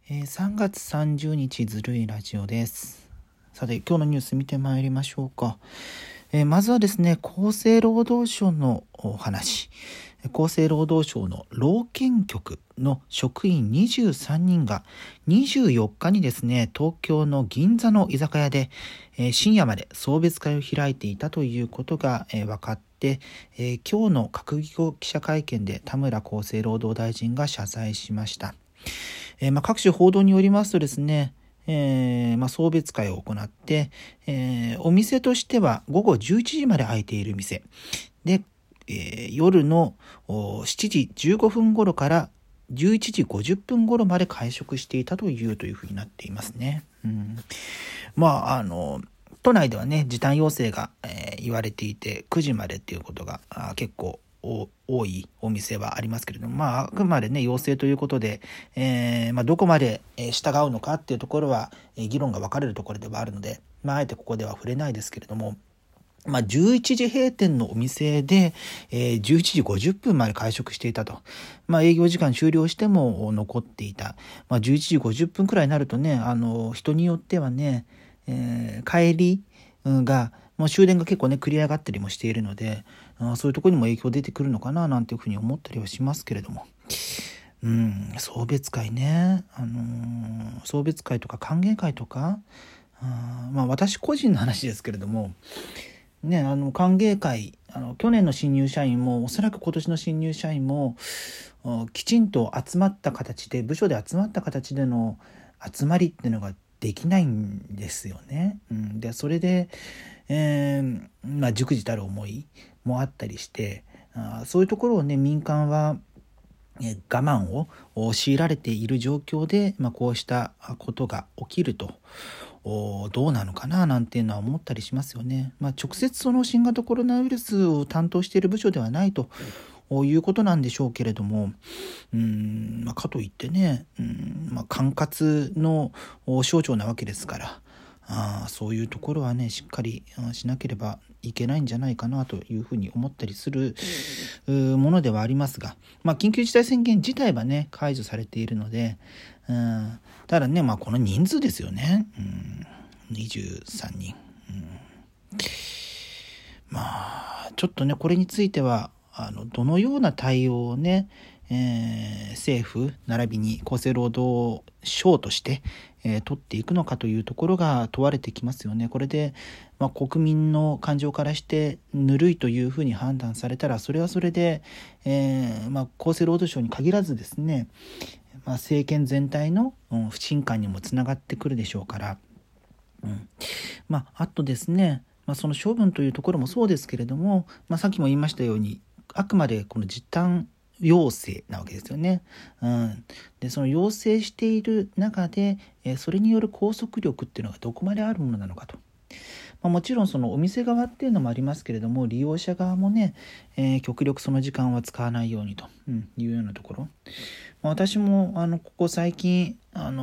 3月30日ずるいラジオです。さて今日のニュース見てまいりましょうか。まずはですね、厚生労働省のお話。厚生労働省の労検局の職員23人が24日にですね、東京の銀座の居酒屋で、深夜まで送別会を開いていたということが、分かって、今日の閣議後記者会見で田村厚生労働大臣が謝罪しました。各種報道によりますとですね、送別会を行って、お店としては午後11時まで開いている店で、夜の7時15分頃から11時50分頃まで会食していたというふうになっていますね。都内ではね、時短要請が、言われていて9時までっていうことが結構多いお店はありますけれども、あくまでね要請ということで、どこまで従うのかっていうところは議論が分かれるところではあるので、あえてここでは触れないですけれども、11時閉店のお店で、11時50分まで会食していたと。営業時間終了しても残っていた。11時50分くらいになるとね、人によってはね、帰りがもう終電が結構ね繰り上がったりもしているので、そういうところにも影響出てくるのかななんていうふうに思ったりはしますけれども、送別会ね、送別会とか歓迎会とか、私個人の話ですけれどもね、歓迎会、去年の新入社員もおそらく今年の新入社員もきちんと集まった形で、部署で集まった形での集まりっていうのができないんですよね。でそれで、忸怩たる思いもあったりして、そういうところをね民間は我慢を強いられている状況で、こうしたことが起きるとどうなのかななんていうのは思ったりしますよね。直接その新型コロナウイルスを担当している部署ではないということなんでしょうけれども、かといってね、管轄の省庁なわけですから、そういうところはねしっかりしなければいけないんじゃないかなというふうに思ったりするものではありますが、緊急事態宣言自体はね解除されているので、ただねこの人数ですよね、23人、ちょっとねこれについてはどのような対応をね、政府並びに厚生労働省として、取っていくのかというところが問われてきますよね。これで、国民の感情からしてぬるいというふうに判断されたら、それはそれで、厚生労働省に限らずですね、政権全体の不信感にもつながってくるでしょうから、あとですね、その処分というところもそうですけれども、さっきも言いましたようにあくまでこの時短要請なわけですよね。でその要請している中で、それによる拘束力っていうのがどこまであるものなのかと。もちろんそのお店側っていうのもありますけれども、利用者側もね、極力その時間は使わないようにというようなところ。私もここ最近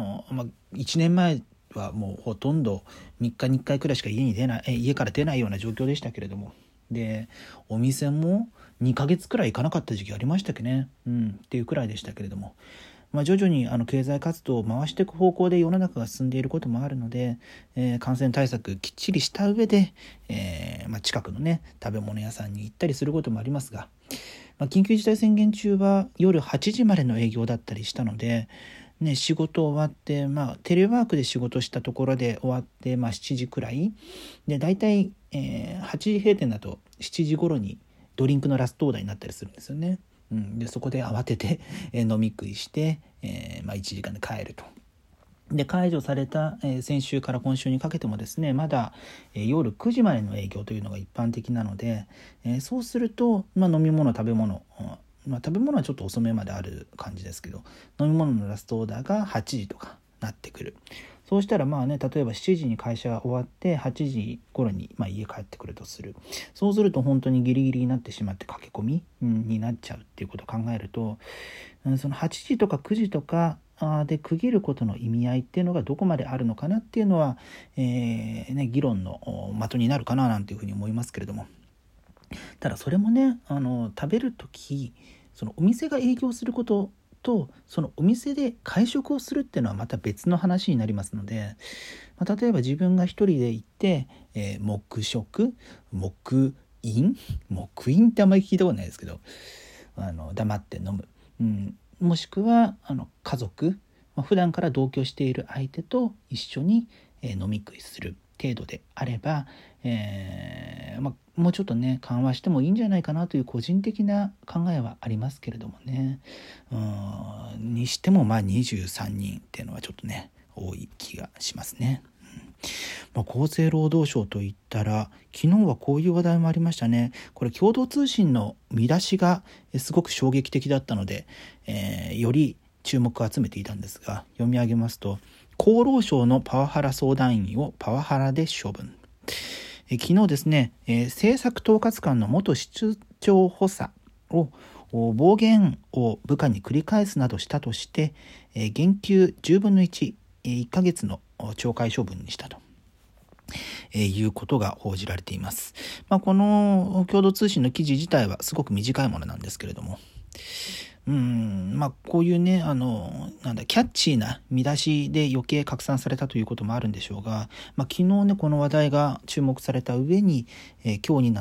1年前はもうほとんど3日に1回くらいしか家から出ないような状況でしたけれども、でお店も2ヶ月くらい行かなかった時期ありましたっけね、っていうくらいでしたけれども、徐々に経済活動を回していく方向で世の中が進んでいることもあるので、感染対策きっちりした上で、近くのね食べ物屋さんに行ったりすることもありますが、緊急事態宣言中は夜8時までの営業だったりしたので、仕事終わって、テレワークで仕事したところで終わって、7時くらいで、だいたい8時閉店だと7時頃にドリンクのラストオーダーになったりするんですよね。でそこで慌てて飲み食いして、1時間で帰ると。で解除された、先週から今週にかけてもですね、まだ、夜9時までの営業というのが一般的なので、そうすると、飲み物食べ物、食べ物はちょっと遅めまである感じですけど、飲み物のラストオーダーが8時とかなってくる。そうしたら例えば7時に会社が終わって8時頃に家帰ってくるとする。そうすると本当にギリギリになってしまって駆け込み、になっちゃうっていうことを考えると、その8時とか9時とかで区切ることの意味合いっていうのがどこまであるのかなっていうのは、議論の的になるかななんていうふうに思いますけれども、ただそれもね食べるときそのお店が営業することとそのお店で会食をするっていうのはまた別の話になりますので、例えば自分が一人で行って、黙食、黙飲ってあんまり聞いたことないですけど、黙って飲む、もしくは家族、普段から同居している相手と一緒に、飲み食いする程度であれば、もうちょっとね緩和してもいいんじゃないかなという個人的な考えはありますけれどもね。にしても23人っていうのはちょっとね多い気がしますね。厚生労働省といったら昨日はこういう話題もありましたね。これ共同通信の見出しがすごく衝撃的だったので、より注目を集めていたんですが、読み上げますと、厚労省のパワハラ相談員をパワハラで処分。昨日ですね、政策統括官の元室長補佐を暴言を部下に繰り返すなどしたとして、減給10分の1、1ヶ月の懲戒処分にしたということが報じられています。この共同通信の記事自体はすごく短いものなんですけれども、こういうねキャッチーな見出しで余計拡散されたということもあるんでしょうが、昨日ねこの話題が注目された上に、今日になって、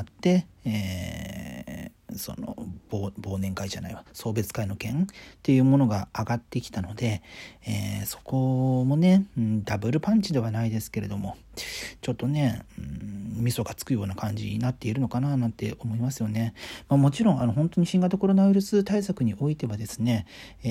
その忘年会じゃないわ送別会の件っていうものが上がってきたので、そこもね、ダブルパンチではないですけれども、ちょっとね、味噌がつくような感じになっているのかななんて思いますよね。もちろん本当に新型コロナウイルス対策においてはですね、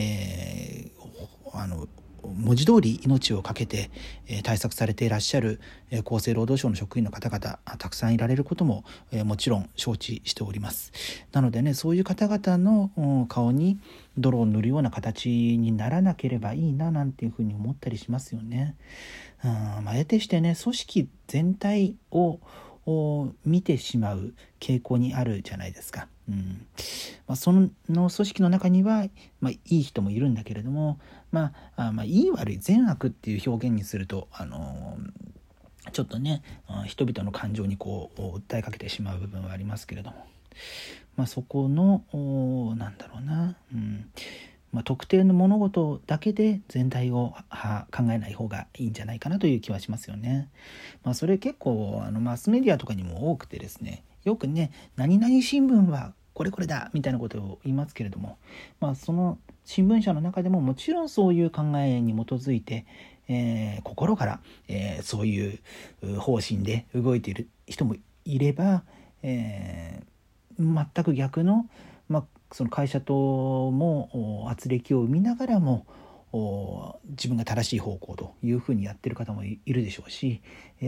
文字通り命を懸けて対策されていらっしゃる厚生労働省の職員の方々たくさんいられることももちろん承知しております。なのでね、そういう方々の顔に泥を塗るような形にならなければいいななんていうふうに思ったりしますよね。得てしてね、組織全体を見てしまう傾向にあるじゃないですか。その組織の中には、いい人もいるんだけれども、いい悪い善悪っていう表現にするとちょっとね人々の感情に訴えかけてしまう部分はありますけれども、そこの特定の物事だけで全体を考えない方がいいんじゃないかなという気はしますよね。それ結構マスメディアとかにも多くてですね、よくね何々新聞はこれだみたいなことを言いますけれども、その新聞社の中でももちろんそういう考えに基づいて、心から、そういう方針で動いている人もいれば、全く逆の、その会社とも圧力を生みながらも自分が正しい方向というふうにやってる方もいるでしょうし、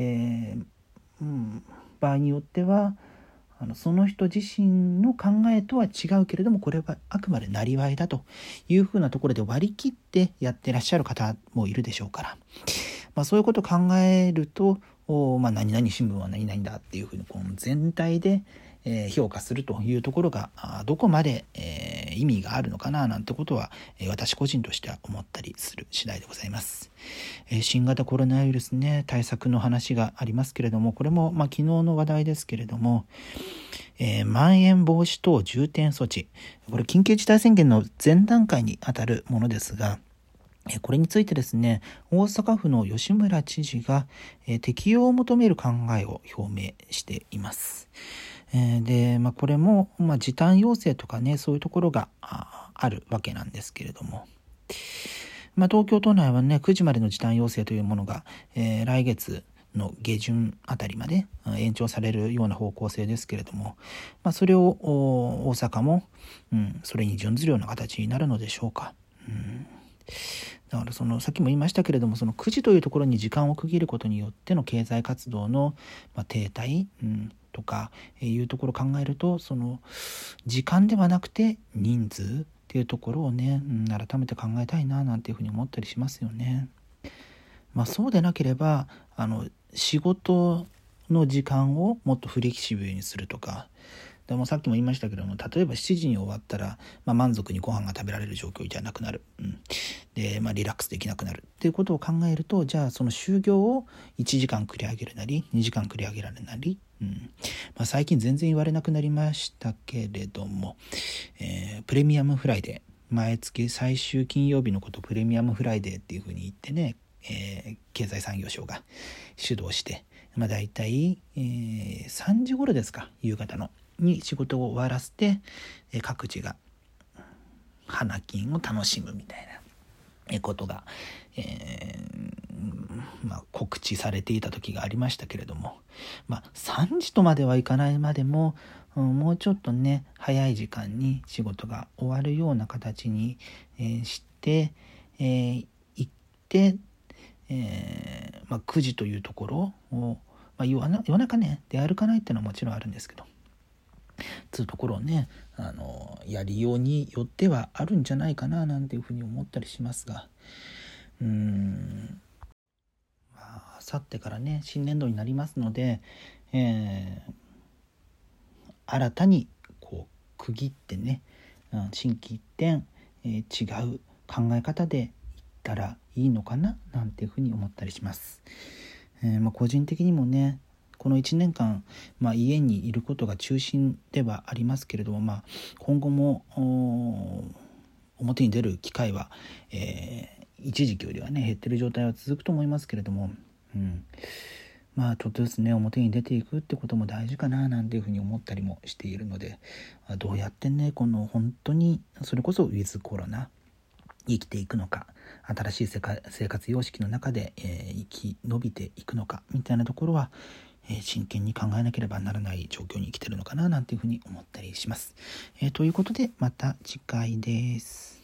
場合によってはその人自身の考えとは違うけれども、これはあくまでなりわいだというふうなところで割り切ってやってらっしゃる方もいるでしょうから、そういうことを考えると何々新聞は何々だっていうふうに全体で評価するというところがどこまで意味があるのかななんてことは私個人としては思ったりする次第でございます。新型コロナウイルスね対策の話がありますけれども、これも昨日の話題ですけれども、まん延防止等重点措置、これ緊急事態宣言の前段階にあたるものですが、これについてですね、大阪府の吉村知事が適用を求める考えを表明しています。で、これも、時短要請とかね、そういうところがあるわけなんですけれども、東京都内はね、9時までの時短要請というものが、来月の下旬あたりまで延長されるような方向性ですけれども、それを大阪も、それに準ずるような形になるのでしょうか。だからさっきも言いましたけれども、その9時というところに時間を区切ることによっての経済活動の、停滞、とかいうところを考えると、その時間ではなくて人数っていうところをね、改めて考えたいななんていうふうに思ったりしますよね。そうでなければ仕事の時間をもっとフレキシブルにするとか、でもさっきも言いましたけども、例えば7時に終わったら、満足にご飯が食べられる状況じゃなくなる、で、リラックスできなくなるっていうことを考えると、じゃあその就業を1時間繰り上げるなり2時間繰り上げられるなり、最近全然言われなくなりましたけれども、プレミアムフライデー毎月最終金曜日のことをプレミアムフライデーっていうふうに言ってね、経済産業省が主導して、だいたい、3時頃ですか、夕方のに仕事を終わらせて、各自が花金を楽しむみたいなことが、告知されていた時がありましたけれども、3時とまではいかないまでも、もうちょっとね早い時間に仕事が終わるような形に、して、行って、9時というところを、夜中ね出歩かないっていうのはもちろんあるんですけど、つうところをねやりようによってはあるんじゃないかななんていうふうに思ったりしますが、あさってからね新年度になりますので、新たにこう区切ってね、心機一転、違う考え方でいったらいいのかななんていうふうに思ったりします。個人的にもねこの1年間、家にいることが中心ではありますけれども、今後も表に出る機会は、一時期よりはね減ってる状態は続くと思いますけれども、ちょっとずつね表に出ていくってことも大事かななんていうふうに思ったりもしているので、どうやってねこの本当にそれこそウィズコロナ生きていくのか、新しい生活様式の中で、生き延びていくのかみたいなところは、真剣に考えなければならない状況に生きてるのかななんていうふうに思ったりします。ということでまた次回です。